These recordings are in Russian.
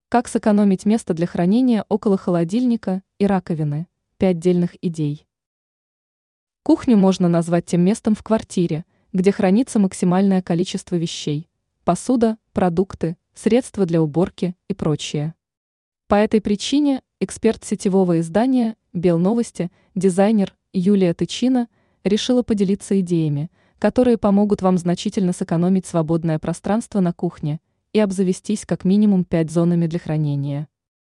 Как сэкономить место для хранения около холодильника и раковины? 5 дельных идей. Кухню можно назвать тем местом в квартире, где хранится максимальное количество вещей: посуда, продукты, средства для уборки и прочее. По этой причине эксперт сетевого издания «Белновости», дизайнер Юлия Тычина, решила поделиться идеями, которые помогут вам значительно сэкономить свободное пространство на кухне и обзавестись как минимум 5 зонами для хранения.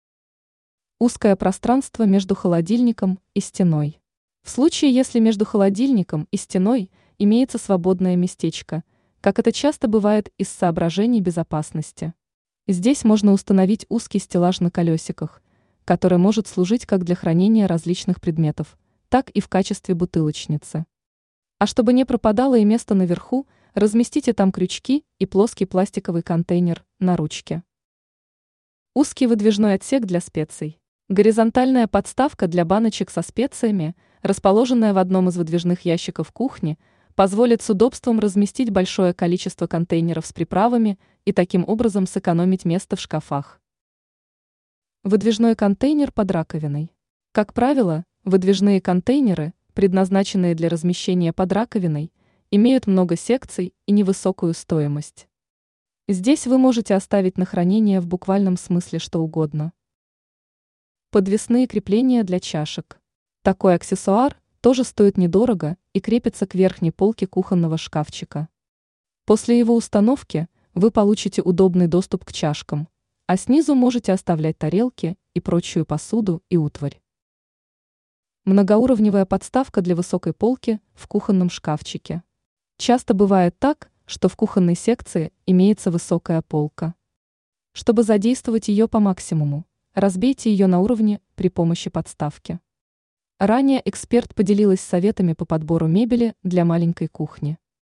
Узкое пространство между холодильником и стеной. В случае, если между холодильником и стеной имеется свободное местечко, как это часто бывает из соображений безопасности, здесь можно установить узкий стеллаж на колесиках, который может служить как для хранения различных предметов, так и в качестве бутылочницы. А чтобы не пропадало и место наверху, разместите там крючки и плоский пластиковый контейнер на ручке. Узкий выдвижной отсек для специй. Горизонтальная подставка для баночек со специями, расположенная в одном из выдвижных ящиков кухни, позволит с удобством разместить большое количество контейнеров с приправами и таким образом сэкономить место в шкафах. Выдвижной контейнер под раковиной. Как правило, выдвижные контейнеры, предназначенные для размещения под раковиной, имеют много секций и невысокую стоимость. Здесь вы можете оставить на хранение в буквальном смысле что угодно. Подвесные крепления для чашек. Такой аксессуар тоже стоит недорого и крепится к верхней полке кухонного шкафчика. После его установки вы получите удобный доступ к чашкам, а снизу можете оставлять тарелки и прочую посуду и утварь. Многоуровневая подставка для высокой полки в кухонном шкафчике. Часто бывает так, что в кухонной секции имеется высокая полка. Чтобы задействовать ее по максимуму, разбейте ее на уровне при помощи подставки. Ранее эксперт поделилась советами по подбору мебели для маленькой кухни.